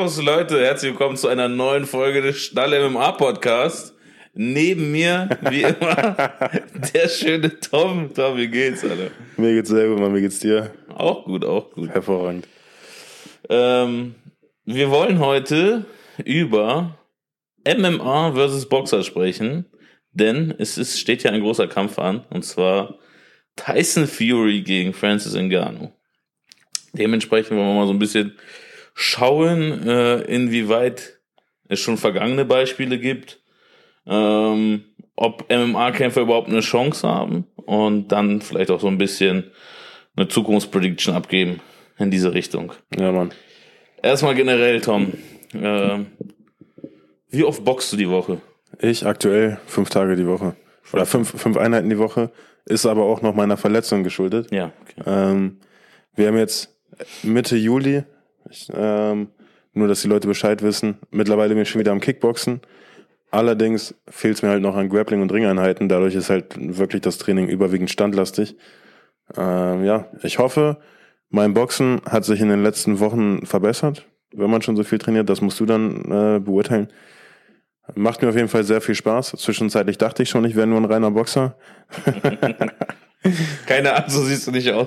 Servus Leute, herzlich willkommen zu einer neuen Folge des Stall MMA Podcast. Neben mir, wie immer, der schöne Tom. Tom, wie geht's, Alter? Mir geht's sehr gut, Mann. Wie geht's dir? Auch gut, auch gut. Hervorragend. Wir wollen heute über MMA versus Boxer sprechen, denn steht ja ein großer Kampf an, und zwar Tyson Fury gegen Francis Ngannou. Dementsprechend wollen wir mal so ein bisschen schauen, inwieweit es schon vergangene Beispiele gibt, ob MMA-Kämpfer überhaupt eine Chance haben und dann vielleicht auch so ein bisschen eine Zukunftsprediction abgeben in diese Richtung. Ja, Mann. Erstmal generell, Tom, wie oft boxst du die Woche? Ich aktuell 5 Tage die Woche. Oder 5 Einheiten die Woche. Ist aber auch noch meiner Verletzung geschuldet. Ja, okay. Wir haben jetzt Mitte Juli, nur dass die Leute Bescheid wissen, mittlerweile bin ich schon wieder am Kickboxen. Allerdings fehlt es mir halt noch an Grappling- und Ringeinheiten. Dadurch ist halt wirklich das Training überwiegend standlastig. Ich hoffe, mein Boxen hat sich in den letzten Wochen verbessert, wenn man schon so viel trainiert. Das musst du dann beurteilen. Macht mir auf jeden Fall sehr viel Spaß. Zwischenzeitlich dachte ich schon, ich wäre nur ein reiner Boxer. Keine Ahnung, so siehst du nicht aus.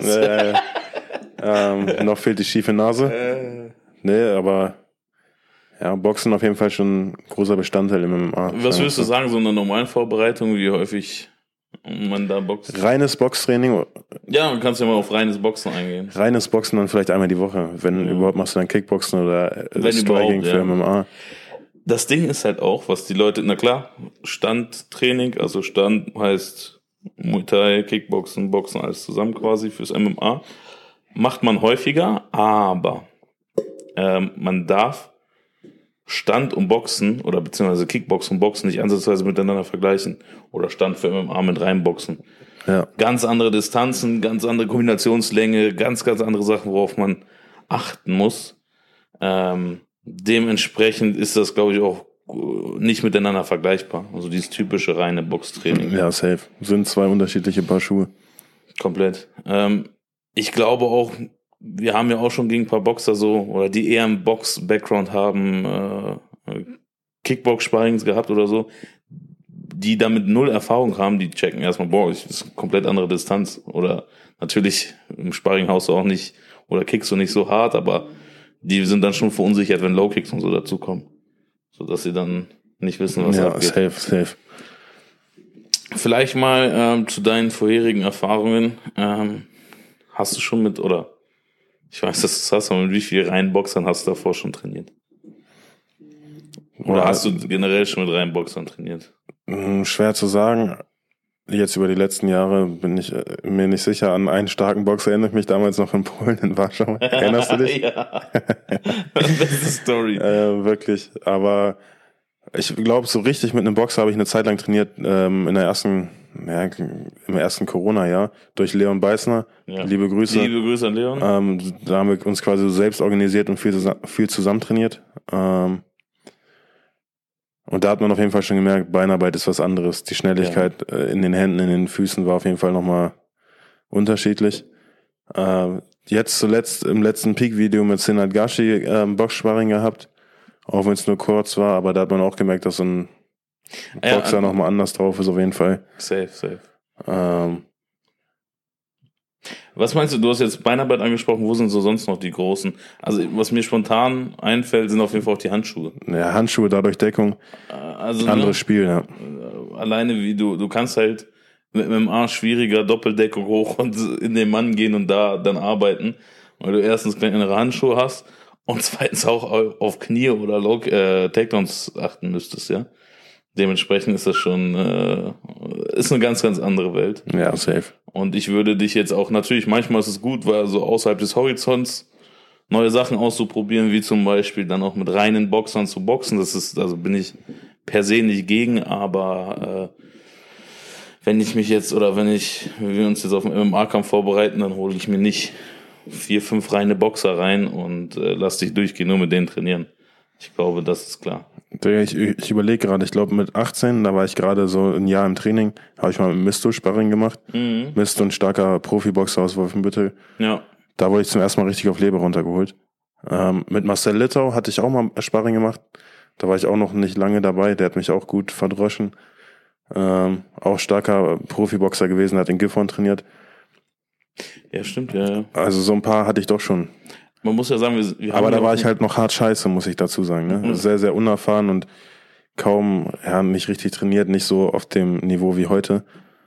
Noch fehlt die schiefe Nase. Nee, aber ja, Boxen auf jeden Fall schon ein großer Bestandteil im MMA. Was würdest du sagen, so in einer normalen Vorbereitung, wie häufig man da boxt? Reines Boxtraining? Ja, du kannst ja mal auf reines Boxen eingehen. Reines Boxen dann vielleicht einmal die Woche. Wenn überhaupt, machst du dann Kickboxen oder Striking für MMA. Das Ding ist halt auch, was die Leute, na klar, Standtraining, also Stand heißt Muay Thai, Kickboxen, Boxen, alles zusammen quasi fürs MMA. Macht man häufiger, aber man darf Stand und Boxen oder beziehungsweise Kickboxen und Boxen nicht ansatzweise miteinander vergleichen. Oder Stand für MMA mit reinboxen. Ja. Ganz andere Distanzen, ganz andere Kombinationslänge, ganz, ganz andere Sachen, worauf man achten muss. Dementsprechend ist das, glaube ich, auch nicht miteinander vergleichbar. Also dieses typische reine Boxtraining. Ja, safe. Sind 2 unterschiedliche Paar Schuhe. Komplett. Ich glaube auch, wir haben ja auch schon gegen ein paar Boxer so, oder die eher einen Box-Background haben, Kickbox-Sparrings gehabt oder so, die damit 0 Erfahrung haben, die checken erstmal, das ist eine komplett andere Distanz. Oder natürlich im Sparring haust du auch nicht, oder kickst du nicht so hart, aber die sind dann schon verunsichert, wenn Low-Kicks und so dazukommen. Sodass sie dann nicht wissen, was abgeht. Ja, safe. Vielleicht mal zu deinen vorherigen Erfahrungen. Hast du schon oder ich weiß, dass du es hast, aber mit wie vielen reinen Boxern hast du davor schon trainiert? Oder hast du generell schon mit reinen Boxern trainiert? Schwer zu sagen. Jetzt über die letzten Jahre bin ich mir nicht sicher. An einen starken Boxer erinnere ich mich damals noch in Polen, in Warschau. Erinnerst du dich? Ja. Beste Story. Wirklich. Aber ich glaube, so richtig mit einem Boxer habe ich eine Zeit lang trainiert, im ersten Corona-Jahr durch Leon Beißner. Ja. Liebe Grüße. Liebe Grüße an Leon. Da haben wir uns quasi so selbst organisiert und viel zusammen trainiert. Und da hat man auf jeden Fall schon gemerkt, Beinarbeit ist was anderes. Die Schnelligkeit in den Händen, in den Füßen war auf jeden Fall nochmal unterschiedlich. Jetzt zuletzt im letzten Peak-Video mit Senat Gashi Boxsparring gehabt. Auch wenn es nur kurz war, aber da hat man auch gemerkt, dass so ein Boxer nochmal anders drauf ist auf jeden Fall. Safe. Was meinst du? Du hast jetzt Beinarbeit angesprochen. Wo sind so sonst noch die großen? Also was mir spontan einfällt, sind auf jeden Fall auch die Handschuhe. Ja, Handschuhe, dadurch Deckung. Anderes Spiel, ja. Alleine wie du kannst halt mit dem Arsch schwieriger Doppeldeckung hoch und in den Mann gehen und da dann arbeiten, weil du erstens kleinere Handschuhe hast und zweitens auch auf Knie oder Takedowns achten müsstest, ja. Dementsprechend ist das schon ist eine ganz, ganz andere Welt. Ja, safe. Und ich würde dich jetzt auch, natürlich, manchmal ist es gut, weil so außerhalb des Horizonts neue Sachen auszuprobieren, wie zum Beispiel dann auch mit reinen Boxern zu boxen. Bin ich per se nicht gegen, aber wenn wir uns jetzt auf einen MMA-Kampf vorbereiten, dann hole ich mir nicht 4, 5 reine Boxer rein und lass dich durchgehen, nur mit denen trainieren. Ich glaube, das ist klar. Ich überlege gerade, ich glaube mit 18, da war ich gerade so ein Jahr im Training, habe ich mal mit Misto Sparring gemacht. Mhm. Misto, ein starker Profiboxer aus Wolfenbüttel. Ja. Da wurde ich zum ersten Mal richtig auf Leber runtergeholt. Mit Marcel Littau hatte ich auch mal Sparring gemacht. Da war ich auch noch nicht lange dabei. Der hat mich auch gut verdroschen. Auch starker Profiboxer gewesen, hat in Gifhorn trainiert. Ja, stimmt, ja. Also so ein paar hatte ich doch schon. Man muss ja sagen, wir haben Aber da ja war auch ich halt noch hart scheiße, muss ich dazu sagen. Ne? Sehr, sehr unerfahren und kaum, nicht richtig trainiert, nicht so auf dem Niveau wie heute.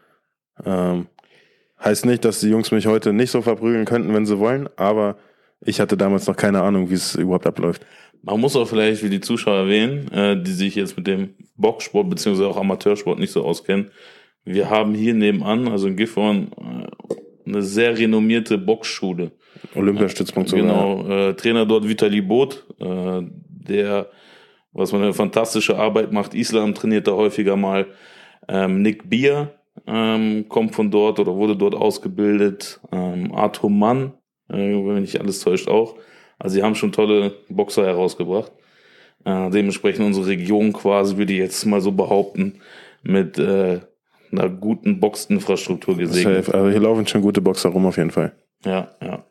Heißt nicht, dass die Jungs mich heute nicht so verprügeln könnten, wenn sie wollen, aber ich hatte damals noch keine Ahnung, wie es überhaupt abläuft. Man muss auch vielleicht für die Zuschauer erwähnen, die sich jetzt mit dem Boxsport beziehungsweise auch Amateursport nicht so auskennen. Wir haben hier nebenan, also in Gifhorn, eine sehr renommierte Boxschule. Olympiastützpunkt sogar. Genau, Trainer dort Vitali Both, der, was man eine fantastische Arbeit macht. Islam trainiert da häufiger mal. Nick Bier kommt von dort oder wurde dort ausgebildet. Arthur Mann, wenn mich nicht alles täuscht, auch. Also sie haben schon tolle Boxer herausgebracht. Dementsprechend unsere Region quasi, würde ich jetzt mal so behaupten, mit einer guten Boxinfrastruktur gesegnet. Safe. Also hier laufen schon gute Boxer rum auf jeden Fall. Ja.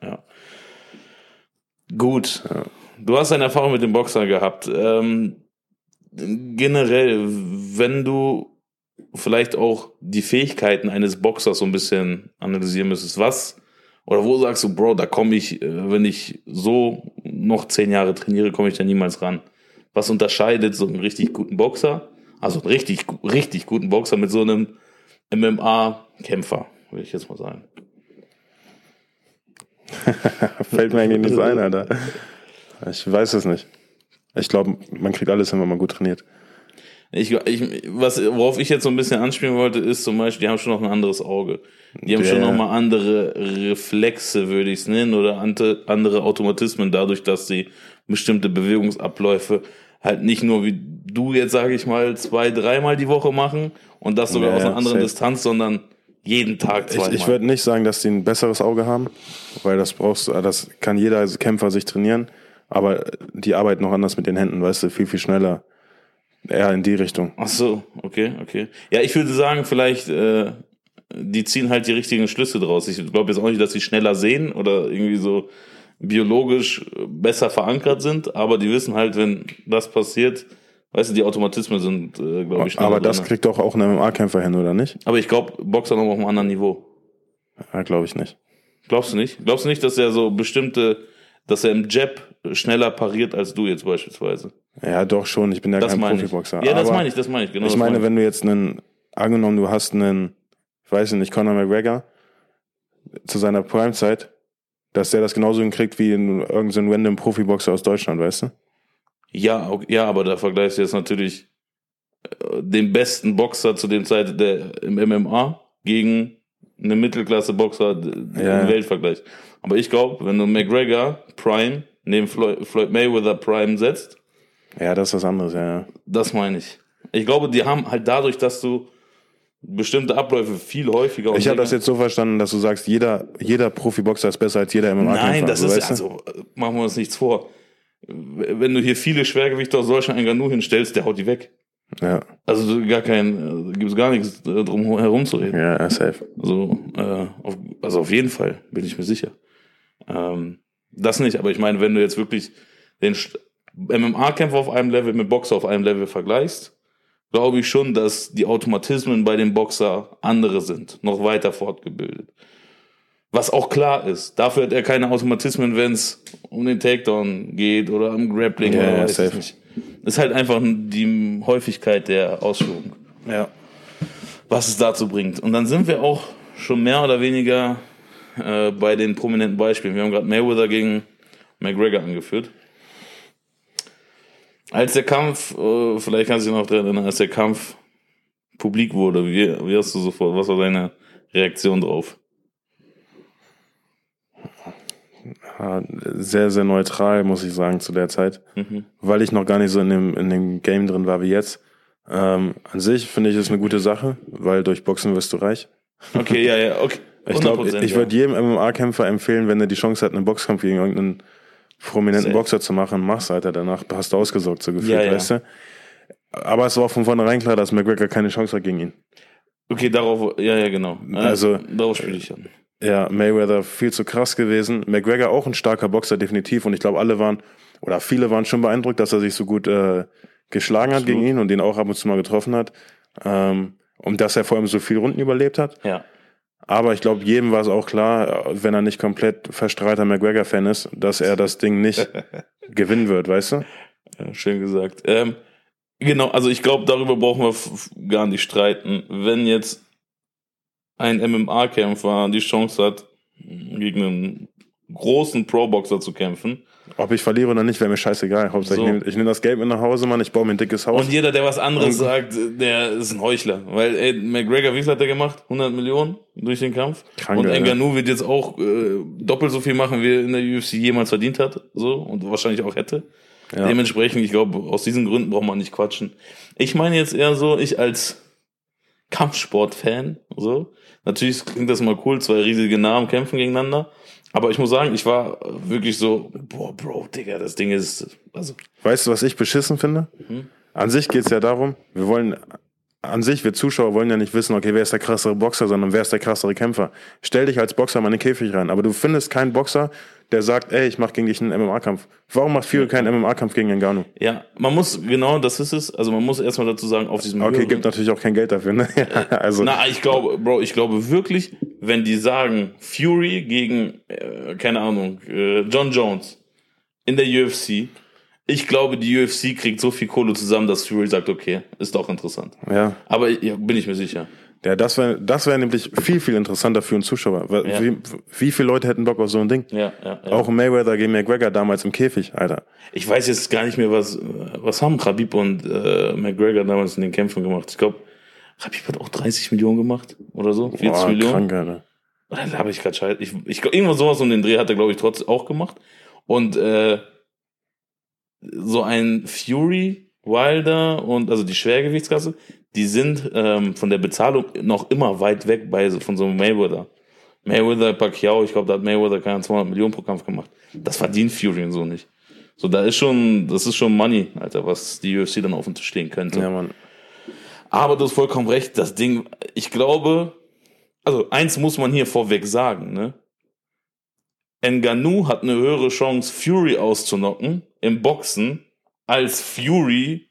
Gut. Ja. Du hast eine Erfahrung mit dem Boxer gehabt. Generell, wenn du vielleicht auch die Fähigkeiten eines Boxers so ein bisschen analysieren müsstest, was oder wo sagst du, Bro, da komme ich, wenn ich so noch 10 Jahre trainiere, komme ich da niemals ran. Was unterscheidet so einen richtig guten Boxer, also einen richtig guten Boxer mit so einem MMA-Kämpfer, würde ich jetzt mal sagen. Fällt mir eigentlich nichts ein, Alter. Ich weiß es nicht. Ich glaube, man kriegt alles hin, wenn man gut trainiert. Worauf ich jetzt so ein bisschen anspielen wollte, ist zum Beispiel, die haben schon noch ein anderes Auge. Die haben schon nochmal andere Reflexe, würde ich es nennen, oder andere Automatismen, dadurch, dass sie bestimmte Bewegungsabläufe halt nicht nur wie du jetzt, sage ich mal, 2-3 Mal die Woche machen und das sogar aus einer anderen Distanz, sondern jeden Tag 2 Mal. Ich würde nicht sagen, dass die ein besseres Auge haben, weil das kann jeder Kämpfer sich trainieren, aber die arbeiten noch anders mit den Händen, weißt du, viel, viel schneller. Eher in die Richtung. Ach so, okay. Ja, ich würde sagen, vielleicht, die ziehen halt die richtigen Schlüsse draus. Ich glaube jetzt auch nicht, dass sie schneller sehen oder irgendwie so biologisch besser verankert sind, aber die wissen halt, wenn das passiert, weißt du, die Automatismen sind, glaube ich, schneller. Aber das kriegt doch auch ein MMA-Kämpfer hin, oder nicht? Aber ich glaube, Boxer noch auf einem anderen Niveau. Ja, glaube ich nicht. Glaubst du nicht? Glaubst du nicht, dass er so dass er im Jab schneller pariert als du jetzt beispielsweise? Ja, doch schon. Ich bin ja kein Profiboxer. Ja, das meine ich, genau. Ich meine, wenn du jetzt angenommen, du hast ich weiß nicht, Conor McGregor zu seiner Primezeit, dass der das genauso hinkriegt wie irgendein so random Profiboxer aus Deutschland, weißt du? Ja, aber da vergleichst du jetzt natürlich den besten Boxer zu dem Zeit im MMA gegen eine Mittelklasse-Boxer im Weltvergleich. Aber ich glaube, wenn du McGregor Prime neben Floyd Mayweather Prime setzt. Ja, das ist was anderes, ja. Das meine ich. Ich glaube, die haben halt dadurch, dass du bestimmte Abläufe viel häufiger. Ich habe das jetzt so verstanden, dass du sagst, jeder Profiboxer ist besser als jeder MMA-Kämpfer. Nein, das ist, also machen wir uns nichts vor. Wenn du hier viele Schwergewichte aus Deutschland Ngannou hinstellst, der haut die weg. Ja. Also gibt es gar nichts drum herumzureden. Ja, safe. Also auf jeden Fall, bin ich mir sicher. Das nicht, aber ich meine, wenn du jetzt wirklich den MMA-Kämpfer auf einem Level mit Boxer auf einem Level vergleichst, glaube ich schon, dass die Automatismen bei dem Boxer andere sind, noch weiter fortgebildet. Was auch klar ist. Dafür hat er keine Automatismen, wenn es um den Takedown geht oder am Grappling. Ja, safe. Nicht. Das ist halt einfach die Häufigkeit der Ausführung. Ja. Was es dazu bringt. Und dann sind wir auch schon mehr oder weniger bei den prominenten Beispielen. Wir haben gerade Mayweather gegen McGregor angeführt. Als der Kampf, vielleicht kannst du dich noch daran erinnern, als der Kampf publik wurde, wie hast du sofort, was war deine Reaktion drauf? Sehr, sehr neutral, muss ich sagen, zu der Zeit. Weil ich noch gar nicht so in dem Game drin war wie jetzt. An sich finde ich es eine gute Sache, weil durch Boxen wirst du reich. Okay, ja, okay. Ich glaube, ich würde jedem MMA-Kämpfer empfehlen, wenn er die Chance hat, einen Boxkampf gegen irgendeinen prominenten Boxer zu machen, mach's, Alter. Danach hast du ausgesorgt, so gefühlt, weißt du? Aber es war auch von vornherein klar, dass McGregor keine Chance hat gegen ihn. Okay, darauf, ja, genau. Also, darauf spiele ich an. Ja, Mayweather viel zu krass gewesen. McGregor auch ein starker Boxer, definitiv. Und ich glaube, viele waren schon beeindruckt, dass er sich so gut geschlagen hat gegen ihn und ihn auch ab und zu mal getroffen hat. Und dass er vor allem so viele Runden überlebt hat. Ja. Aber ich glaube, jedem war es auch klar, wenn er nicht komplett verstrahlter McGregor-Fan ist, dass er das Ding nicht gewinnen wird, weißt du? Ja, schön gesagt. Genau, also ich glaube, darüber brauchen wir gar nicht streiten. Wenn jetzt ein MMA-Kämpfer die Chance hat, gegen einen großen Pro-Boxer zu kämpfen. Ob ich verliere oder nicht, wäre mir scheißegal. Hauptsache ich nehm das Geld mit nach Hause, Mann, ich baue mir ein dickes Haus. Und jeder, der was anderes sagt, der ist ein Heuchler. Weil McGregor, wie viel hat er gemacht? 100 Millionen durch den Kampf? Krank, und Ngannou wird jetzt auch doppelt so viel machen, wie er in der UFC jemals verdient hat. So, und wahrscheinlich auch hätte. Ja. Dementsprechend, ich glaube, aus diesen Gründen braucht man nicht quatschen. Ich meine jetzt eher so, ich als Kampfsport-Fan, so. Natürlich klingt das mal cool, 2 riesige Namen kämpfen gegeneinander. Aber ich muss sagen, ich war wirklich so, boah, Bro, Digga, das Ding ist, also. Weißt du, was ich beschissen finde? An sich geht's ja darum, wir Zuschauer wollen ja nicht wissen, okay, wer ist der krassere Boxer, sondern wer ist der krassere Kämpfer. Stell dich als Boxer mal in den Käfig rein, aber du findest keinen Boxer, der sagt, ey, ich mach gegen dich einen MMA-Kampf. Warum macht Fury keinen MMA-Kampf gegen Ngannou? Ja, genau, das ist es. Also man muss erstmal dazu sagen, auf diesem Okay, gibt natürlich auch kein Geld dafür, ne? Also. Ich glaube wirklich, wenn die sagen, Fury gegen, keine Ahnung, John Jones in der UFC, ich glaube, die UFC kriegt so viel Kohle zusammen, dass Fury sagt, okay, ist doch interessant. Ja. Aber bin ich mir sicher. Ja, das wär nämlich viel, viel interessanter für einen Zuschauer. Ja. Wie viele Leute hätten Bock auf so ein Ding? Ja. Auch Mayweather gegen McGregor damals im Käfig, Alter. Ich weiß jetzt gar nicht mehr, was haben Khabib und McGregor damals in den Kämpfen gemacht. Ich glaube, Khabib hat auch 30 Millionen gemacht oder so, 40 Millionen. Krank, Alter. Oder laber ich gerade scheiße. Ich glaube, irgendwas sowas um den Dreh hat er, glaube ich, trotzdem auch gemacht. Und so ein Fury, Wilder und also die Schwergewichtsklasse, die sind von der Bezahlung noch immer weit weg von so einem Mayweather. Pacquiao, ich glaube, da hat Mayweather keine 200 Millionen pro Kampf gemacht. Das verdient Fury und so nicht. So, das ist schon Money, Alter, was die UFC dann auf den Tisch stehen könnte. Ja, Mann. Aber du hast vollkommen recht, das Ding, ich glaube, also eins muss man hier vorweg sagen, ne? Ngannou hat eine höhere Chance, Fury auszunocken im Boxen, als Fury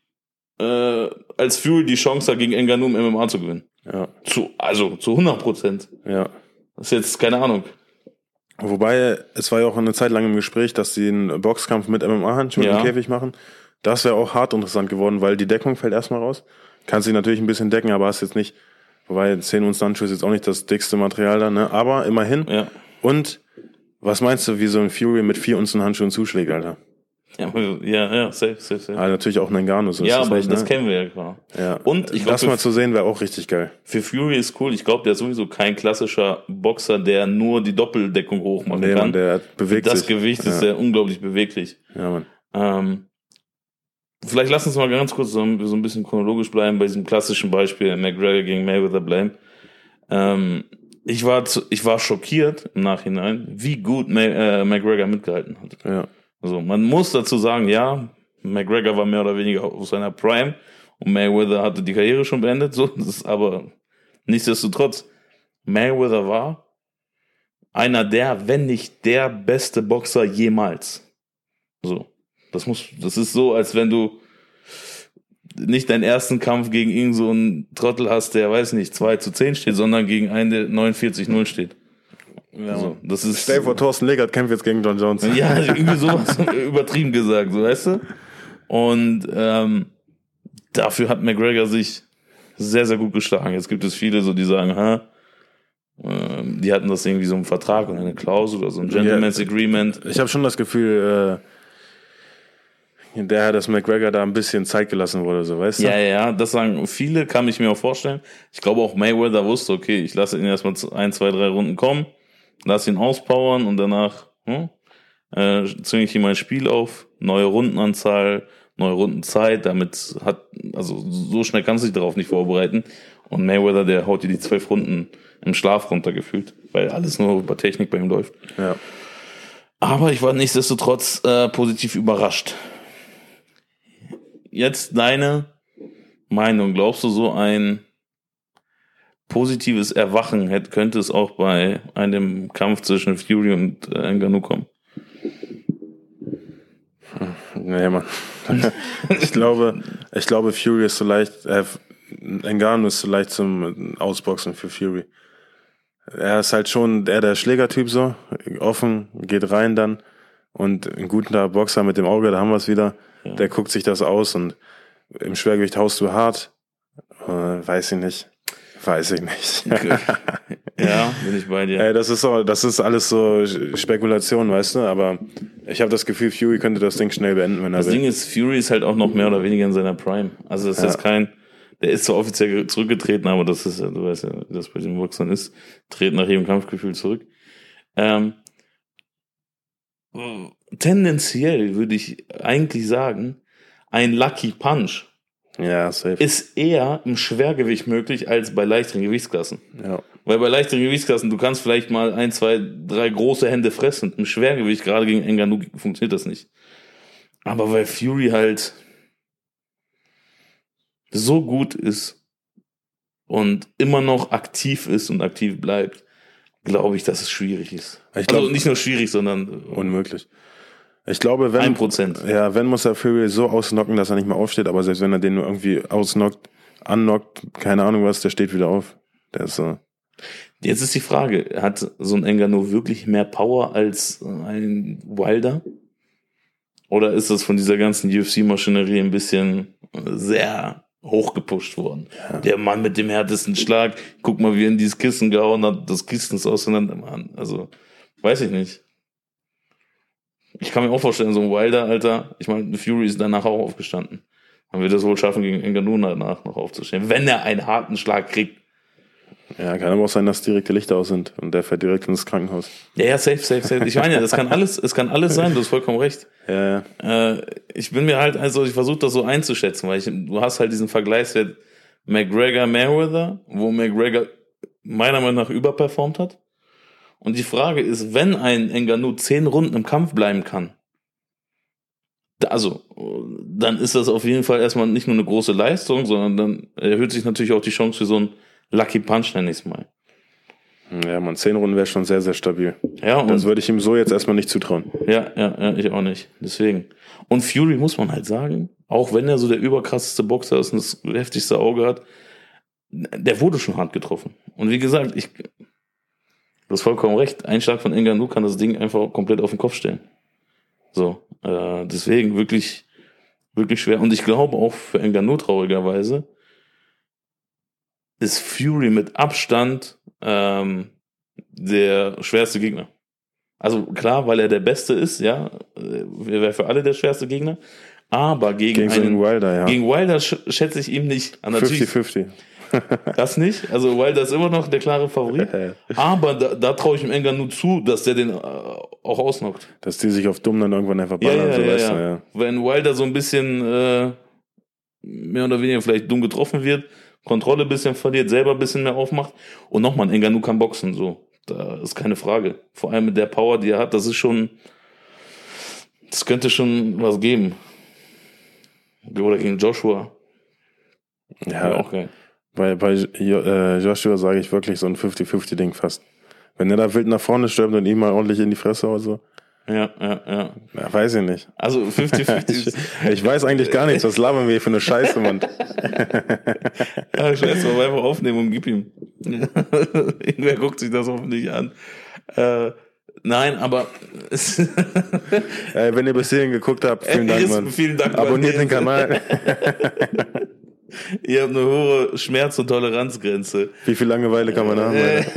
die Chance hat, gegen Ngannou im MMA zu gewinnen. Ja. Zu 100%. Ja. Das ist jetzt keine Ahnung. Wobei, es war ja auch eine Zeit lang im Gespräch, dass sie einen Boxkampf mit MMA-Handschuhen im Käfig machen. Das wäre auch hart interessant geworden, weil die Deckung fällt erstmal raus. Kannst dich natürlich ein bisschen decken, aber hast jetzt nicht, wobei 10 Unzen Handschuhe ist jetzt auch nicht das dickste Material da, ne? Aber immerhin. Ja. Und was meinst du, wie so ein Fury mit 4 Unzen Handschuhen zuschlägt, Alter? Ja, safe. Also natürlich auch ein Ngannou. So ja, ist aber recht, das ne? kennen wir ja klar. Ja. Und ich glaube, das mal zu sehen wäre auch richtig geil. Für Fury ist cool. Ich glaube, der ist sowieso kein klassischer Boxer, der nur die Doppeldeckung hochmachen kann. Mann, der bewegt sich. Das Gewicht ist ja unglaublich beweglich. Ja, Mann. Vielleicht lass uns mal ganz kurz so ein bisschen chronologisch bleiben, bei diesem klassischen Beispiel McGregor gegen Mayweather bleiben. Ich war schockiert im Nachhinein, wie gut McGregor mitgehalten hat. Ja. Also man muss dazu sagen, ja, McGregor war mehr oder weniger auf seiner Prime und Mayweather hatte die Karriere schon beendet. So, das ist aber nichtsdestotrotz, Mayweather war einer der, wenn nicht der beste Boxer jemals. So, das ist so, als wenn du nicht deinen ersten Kampf gegen irgend so einen Trottel hast, der, weiß nicht, 2-10 steht, sondern gegen einen, der 49-0 steht. Ja, so, das ist, stell dir vor, Thorsten Legert kämpft jetzt gegen John Jones. Ja, irgendwie sowas übertrieben gesagt, so, weißt du? Und dafür hat McGregor sich sehr, sehr gut geschlagen. Jetzt gibt es viele, so die sagen, die hatten das irgendwie so einen Vertrag und eine Klausel oder so ein Gentleman's Agreement. Ich habe schon das Gefühl, dass McGregor da ein bisschen Zeit gelassen wurde, so, weißt du? Ja, das sagen viele, kann ich mir auch vorstellen. Ich glaube auch Mayweather wusste, okay, ich lasse ihn erstmal 1, 2, 3 Runden kommen, lasse ihn auspowern und danach zwinge ich ihm mein Spiel auf, neue Rundenanzahl, neue Rundenzeit, also so schnell kannst du dich darauf nicht vorbereiten. Und Mayweather, der haut dir die 12 Runden im Schlaf runtergefühlt, weil alles nur über Technik bei ihm läuft. Ja. Aber ich war nichtsdestotrotz positiv überrascht. Jetzt deine Meinung. Glaubst du, so ein positives Erwachen könnte es auch bei einem Kampf zwischen Fury und Ngannou kommen. Nee, Mann. Ich glaube, Fury ist so leicht, Ngannou ist so leicht zum Ausboxen für Fury. Er ist halt schon der Schlägertyp so, offen, geht rein dann und ein guter Boxer mit dem Auge, da haben wir es wieder, der guckt sich das aus und im Schwergewicht haust du hart, weiß ich nicht. Okay. Ja, bin ich bei dir. Das ist alles so Spekulation, weißt du, aber ich habe das Gefühl, Fury könnte das Ding schnell beenden, wenn er will. Das Ding ist, Fury ist halt auch noch mehr oder weniger in seiner Prime. Also das ist jetzt der ist zwar offiziell zurückgetreten, aber das ist ja, du weißt ja, wie das bei den Boxern ist, treten nach jedem Kampfgefühl zurück. Tendenziell würde ich eigentlich sagen, ein Lucky Punch ist eher im Schwergewicht möglich als bei leichteren Gewichtsklassen. Ja. Weil bei leichteren Gewichtsklassen, du kannst vielleicht mal 1, 2, 3 große Hände fressen. Im Schwergewicht, gerade gegen Ngannou, funktioniert das nicht. Aber weil Fury halt so gut ist und immer noch aktiv ist und aktiv bleibt, glaube ich, dass es schwierig ist. Also nicht nur schwierig, sondern unmöglich. Ich glaube, wenn 1%. Ja, wenn muss er Fury so ausnocken, dass er nicht mehr aufsteht, aber selbst wenn er den nur irgendwie annockt, keine Ahnung was, der steht wieder auf. Der ist so. Jetzt ist die Frage, hat so ein Ngannou wirklich mehr Power als ein Wilder? Oder ist das von dieser ganzen UFC-Maschinerie ein bisschen sehr hochgepusht worden? Ja. Der Mann mit dem härtesten Schlag, guck mal, wie er in dieses Kissen gehauen hat, das Kissen ist auseinander, Mann. Also, weiß ich nicht. Ich kann mir auch vorstellen, so ein Wilder, Alter, ich meine, Fury ist danach auch aufgestanden. Man wird es wohl schaffen, gegen Ngannou danach noch aufzustehen, wenn er einen harten Schlag kriegt. Ja, kann aber auch sein, dass direkte Lichter aus sind und der fährt direkt ins Krankenhaus. Ja, safe. Ich meine ja, es kann alles sein, du hast vollkommen recht. Ja. Ich bin mir halt, also ich versuche das so einzuschätzen, weil du hast halt diesen Vergleichswert McGregor-Mayweather, wo McGregor meiner Meinung nach überperformt hat. Und die Frage ist, wenn ein Ngannou 10 Runden im Kampf bleiben kann, dann ist das auf jeden Fall erstmal nicht nur eine große Leistung, sondern dann erhöht sich natürlich auch die Chance für so einen Lucky Punch, nenne ich es mal. Ja, man, 10 Runden wäre schon sehr, sehr stabil. Ja, und das würde ich ihm so jetzt erstmal nicht zutrauen. Ja, ich auch nicht. Deswegen. Und Fury muss man halt sagen, auch wenn er so der überkrasseste Boxer ist und das heftigste Auge hat, der wurde schon hart getroffen. Und wie gesagt, du hast vollkommen recht, ein Schlag von Ngannou kann das Ding einfach komplett auf den Kopf stellen. So, deswegen wirklich, wirklich schwer. Und ich glaube auch für Ngannou traurigerweise ist Fury mit Abstand der schwerste Gegner. Also klar, weil er der Beste ist, ja, er wäre für alle der schwerste Gegner, aber gegen Wilder, ja. Gegen Wilder schätze ich ihm nicht. 50-50. Das nicht, also Wilder ist immer noch der klare Favorit, aber da traue ich dem Ngannou zu, dass der den auch ausnockt. Dass die sich auf dumm dann irgendwann einfach ballern. Ja. Wenn Wilder so ein bisschen mehr oder weniger vielleicht dumm getroffen wird, Kontrolle ein bisschen verliert, selber ein bisschen mehr aufmacht und nochmal, Ngannou kann boxen, so. Da ist keine Frage. Vor allem mit der Power, die er hat, das könnte schon was geben. Oder gegen Joshua. Ja, auch geil. Bei Joshua sage ich wirklich so ein 50-50-Ding fast. Wenn er da wild nach vorne stürmt und ihm mal ordentlich in die Fresse oder so. Ja. Ja, weiß ich nicht. Also 50-50. Ich weiß eigentlich gar nichts. Was labern wir hier für eine Scheiße, Mann? Ja, scheiße, mal einfach aufnehmen und gib ihm. Irgendwer guckt sich das hoffentlich an. Nein, aber wenn ihr bis hierhin geguckt habt, vielen Dank, Mann. Vielen Dank. Abonniert den Kanal. Ihr habt eine hohe Schmerz- und Toleranzgrenze. Wie viel Langeweile kann man haben?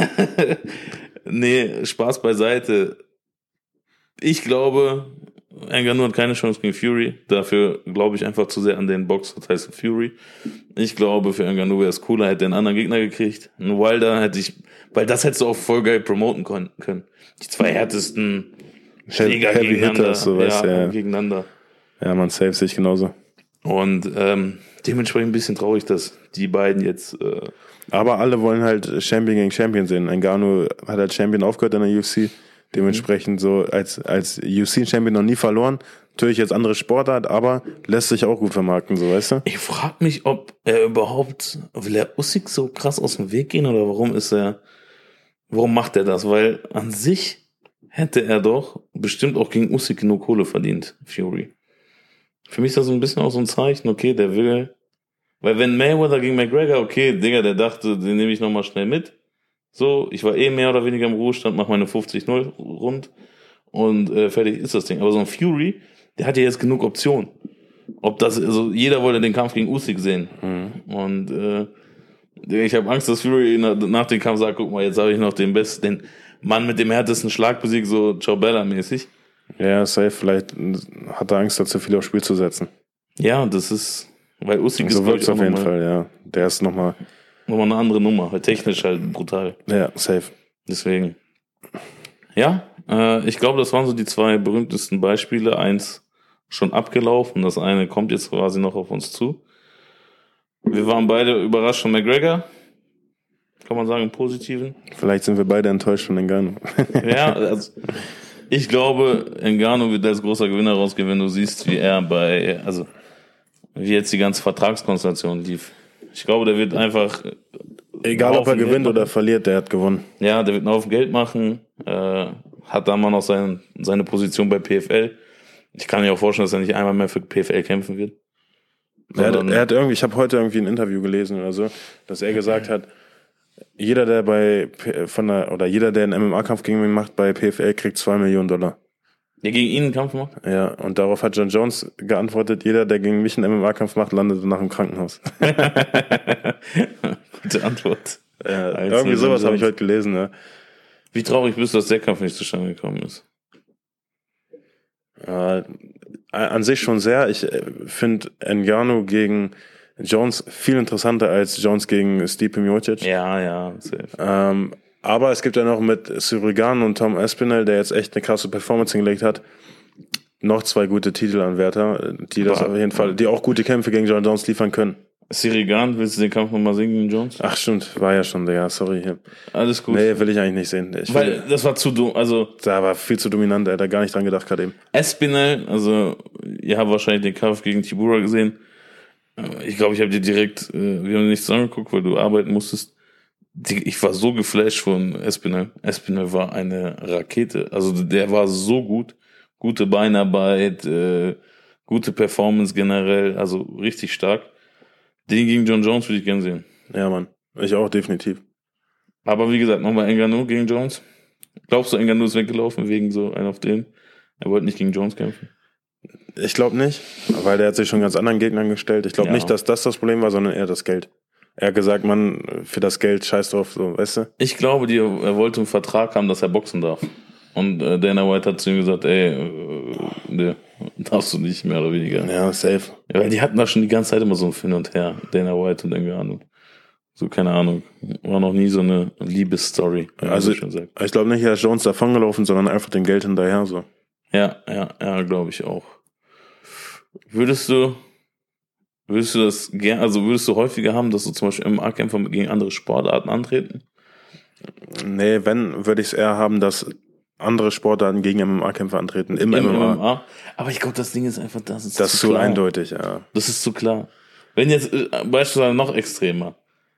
Nee, Spaß beiseite. Ich glaube, Ngannou hat keine Chance gegen Fury. Dafür glaube ich einfach zu sehr an den Boxer, das heißt Fury. Ich glaube, für Ngannou wäre es cooler, hätte er einen anderen Gegner gekriegt. Einen Wilder weil das hättest du auch voll geil promoten können. Die 2 härtesten Schläger gegeneinander. Gegeneinander. Ja, man, safe sich genauso. Und dementsprechend ein bisschen traurig, dass die beiden jetzt... Aber alle wollen halt Champion gegen Champion sehen. Ngannou hat als Champion aufgehört in der UFC. Dementsprechend so als UFC-Champion noch nie verloren. Natürlich jetzt andere Sportart, aber lässt sich auch gut vermarkten, so, weißt du? Ich frage mich, ob er überhaupt, will er Usyk so krass aus dem Weg gehen oder warum macht er das? Weil an sich hätte er doch bestimmt auch gegen Usyk genug Kohle verdient, Fury. Für mich ist das so ein bisschen auch so ein Zeichen, okay, der will, weil wenn Mayweather gegen McGregor, okay, Digga, der dachte, den nehme ich nochmal schnell mit. So, ich war mehr oder weniger im Ruhestand, mach meine 50-0 rund und fertig ist das Ding. Aber so ein Fury, der hat ja jetzt genug Optionen. Also jeder wollte den Kampf gegen Usyk sehen. Und ich habe Angst, dass Fury nach dem Kampf sagt, guck mal, jetzt habe ich noch den Mann mit dem härtesten Schlag besiegt, so Ciao Bella mäßig. Ja, safe, vielleicht hat er Angst, da zu viel aufs Spiel zu setzen. Ja, das ist, weil Usyk ist, so wirkt es auf jeden Fall, ja. Der ist nochmal eine andere Nummer, halt technisch halt brutal. Ja, safe. Deswegen. Ja, ich glaube, das waren so die zwei berühmtesten Beispiele. Eins schon abgelaufen, das eine kommt jetzt quasi noch auf uns zu. Wir waren beide überrascht von McGregor. Kann man sagen, im Positiven. Vielleicht sind wir beide enttäuscht von Ngannou. Ja, also ich glaube, Ngannou wird als großer Gewinner rausgehen, wenn du siehst, wie jetzt die ganze Vertragskonstellation lief. Ich glaube, der wird einfach... Egal, ob er gewinnt oder verliert, der hat gewonnen. Ja, der wird einen Haufen Geld machen, hat da mal noch seine Position bei PFL. Ich kann mir auch vorstellen, dass er nicht einmal mehr für PFL kämpfen wird. Er hat irgendwie, ich habe heute irgendwie ein Interview gelesen oder so, dass er gesagt hat, jeder, der einen MMA-Kampf gegen ihn macht bei PFL, kriegt $2 Millionen. Der gegen ihn einen Kampf macht? Ja, und darauf hat John Jones geantwortet, jeder, der gegen mich einen MMA-Kampf macht, landet danach im Krankenhaus. Gute Antwort. Ja, irgendwie sowas habe ich heute gelesen. Ja. Wie traurig bist du, dass der Kampf nicht zustande gekommen ist? An sich schon sehr. Ich finde Ngannou gegen Jones viel interessanter als Jones gegen Stipe Miocic. Ja, safe. Aber es gibt ja noch mit Cyril Gane und Tom Aspinall, der jetzt echt eine krasse Performance hingelegt hat, noch zwei gute Titelanwärter, die auf jeden Fall, die auch gute Kämpfe gegen John Jones liefern können. Cyril Gane, willst du den Kampf nochmal sehen gegen Jones? Ach stimmt, war ja schon, ja, sorry. Alles gut. Nee, will ich eigentlich nicht sehen. Weil das war zu dumm, also... Da war viel zu dominant, er hat da gar nicht dran gedacht gerade eben. Aspinall, also ihr habt wahrscheinlich den Kampf gegen Tibura gesehen. Ich glaube, ich habe dir direkt, wir haben nichts angeguckt, weil du arbeiten musstest. Ich war so geflasht von Aspinall. Aspinall war eine Rakete. Also der war so gut. Gute Beinarbeit, gute Performance generell, also richtig stark. Den gegen John Jones würde ich gern sehen. Ja, Mann. Ich auch, definitiv. Aber wie gesagt, nochmal Ngannou gegen Jones. Glaubst du, Ngannou ist weggelaufen wegen so einen auf den? Er wollte nicht gegen Jones kämpfen. Ich glaube nicht, weil der hat sich schon ganz anderen Gegnern gestellt. Ich glaube nicht, dass das Problem war, sondern eher das Geld. Er hat gesagt, Mann, für das Geld scheiß drauf, so, weißt du? Ich glaube, er wollte einen Vertrag haben, dass er boxen darf. Und Dana White hat zu ihm gesagt, nee, darfst du nicht, mehr oder weniger. Ja, safe. Ja, weil die hatten da schon die ganze Zeit immer so ein Hin und Her, Dana White und Ngannou. So, keine Ahnung. War noch nie so eine Liebesstory. Also, ich glaube nicht, er ist Jones davongelaufen, sondern einfach dem Geld hinterher, so. Ja, glaube ich auch. Würdest du das gerne, also würdest du häufiger haben, dass du zum Beispiel MMA-Kämpfer gegen andere Sportarten antreten? Nee, würde ich es eher haben, dass andere Sportarten gegen MMA-Kämpfer antreten. Im MMA. Aber ich glaube, das Ding ist einfach, das ist zu klar. Eindeutig, ja. Das ist zu klar. Wenn jetzt beispielsweise noch extremer,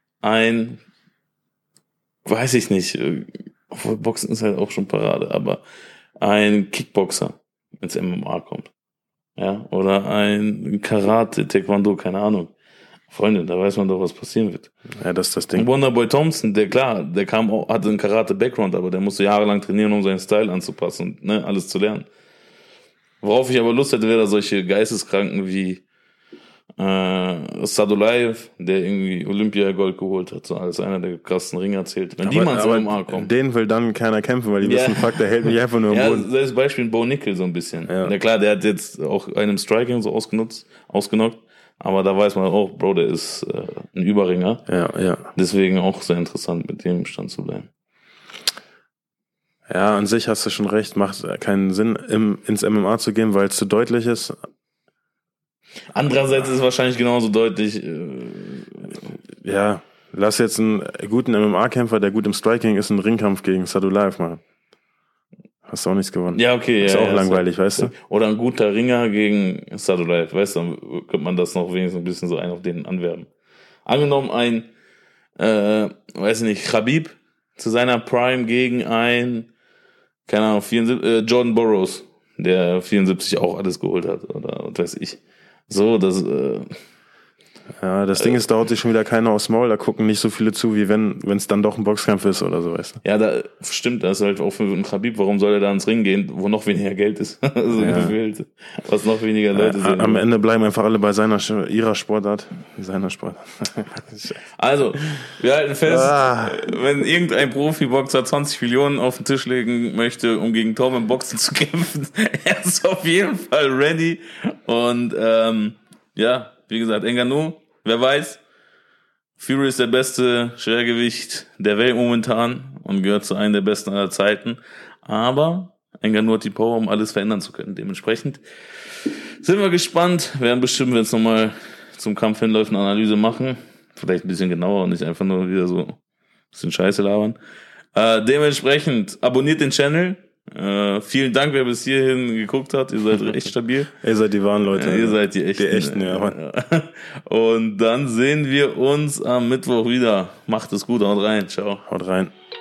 weiß ich nicht, obwohl Boxen ist halt auch schon Parade, aber ein Kickboxer ins MMA kommt. Ja, oder ein Karate, Taekwondo, keine Ahnung. Freunde, da weiß man doch, was passieren wird. Ja, das ist das Ding. Und Wonderboy Thompson, der hatte einen Karate-Background, aber der musste jahrelang trainieren, um seinen Style anzupassen und alles zu lernen. Worauf ich aber Lust hätte, wäre da solche Geisteskranken wie Sadulaev, der irgendwie Olympiagold geholt hat, so als einer der krassen Ringer zählt. Wenn die mal ins MMA kommen. Den will dann keiner kämpfen, weil die wissen, fuck, der hält mich einfach nur im Boden. Ja, das Beispiel Bo Nickel so ein bisschen. Ja. Na klar, der hat jetzt auch einem Striking so ausgenockt, aber da weiß man auch, Bro, der ist ein Überringer. Ja. Deswegen auch sehr interessant, mit dem im Stand zu bleiben. Ja, an sich hast du schon recht, macht keinen Sinn, ins MMA zu gehen, weil es zu deutlich ist. Andererseits ist es wahrscheinlich genauso deutlich. Ja, lass jetzt einen guten MMA-Kämpfer, der gut im Striking ist, einen Ringkampf gegen Sadulaev machen. Hast du auch nichts gewonnen. Ja, okay. Ist ja, auch ja, langweilig, weißt du? Oder ein guter Ringer gegen Sadulayev, weißt du, dann könnte man das noch wenigstens ein bisschen so einen auf den anwerben. Angenommen ein, weiß ich nicht, Khabib zu seiner Prime gegen ein, keine Ahnung, Jordan Burroughs, der 74 auch alles geholt hat, oder was weiß ich. So, das, Ja, das Ding ist, da haut sich schon wieder keiner aufs Maul, da gucken nicht so viele zu, wie wenn es dann doch ein Boxkampf ist oder so, weißt du? ja, da stimmt, das ist halt auch für einen Khabib, warum soll er da ins Ring gehen, wo noch weniger Geld ist, also gefühlt, was noch weniger Leute sehen. Am Ende bleiben einfach alle bei ihrer Sportart, seiner Sportart. Also, wir halten fest, wenn irgendein Profiboxer 20 Millionen auf den Tisch legen möchte, um gegen Tom im Boxen zu kämpfen, er ist auf jeden Fall ready. Und ja, wie gesagt, Ngannou, wer weiß, Fury ist der beste Schwergewicht der Welt momentan und gehört zu einem der besten aller Zeiten. Aber Ngannou hat die Power, um alles verändern zu können. Dementsprechend sind wir gespannt, werden bestimmt, wenn es nochmal zum Kampf hinläuft, eine Analyse machen. Vielleicht ein bisschen genauer und nicht einfach nur wieder so ein bisschen Scheiße labern. Dementsprechend abonniert den Channel. Vielen Dank, wer bis hierhin geguckt hat. Ihr seid echt stabil. Ihr seid die wahren Leute. Ihr seid die Echten. Die Echten, ja. Mann. Und dann sehen wir uns am Mittwoch wieder. Macht es gut, haut rein. Ciao. Haut rein.